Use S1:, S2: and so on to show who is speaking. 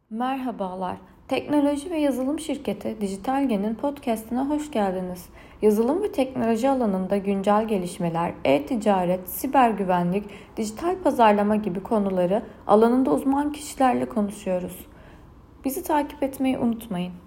S1: Merhabalar. Teknoloji ve yazılım şirketi Dijitalge'nin podcast'ine hoş geldiniz. Yazılım ve teknoloji alanında güncel gelişmeler, e-ticaret, siber güvenlik, dijital pazarlama gibi konuları alanında uzman kişilerle konuşuyoruz. Bizi takip etmeyi unutmayın.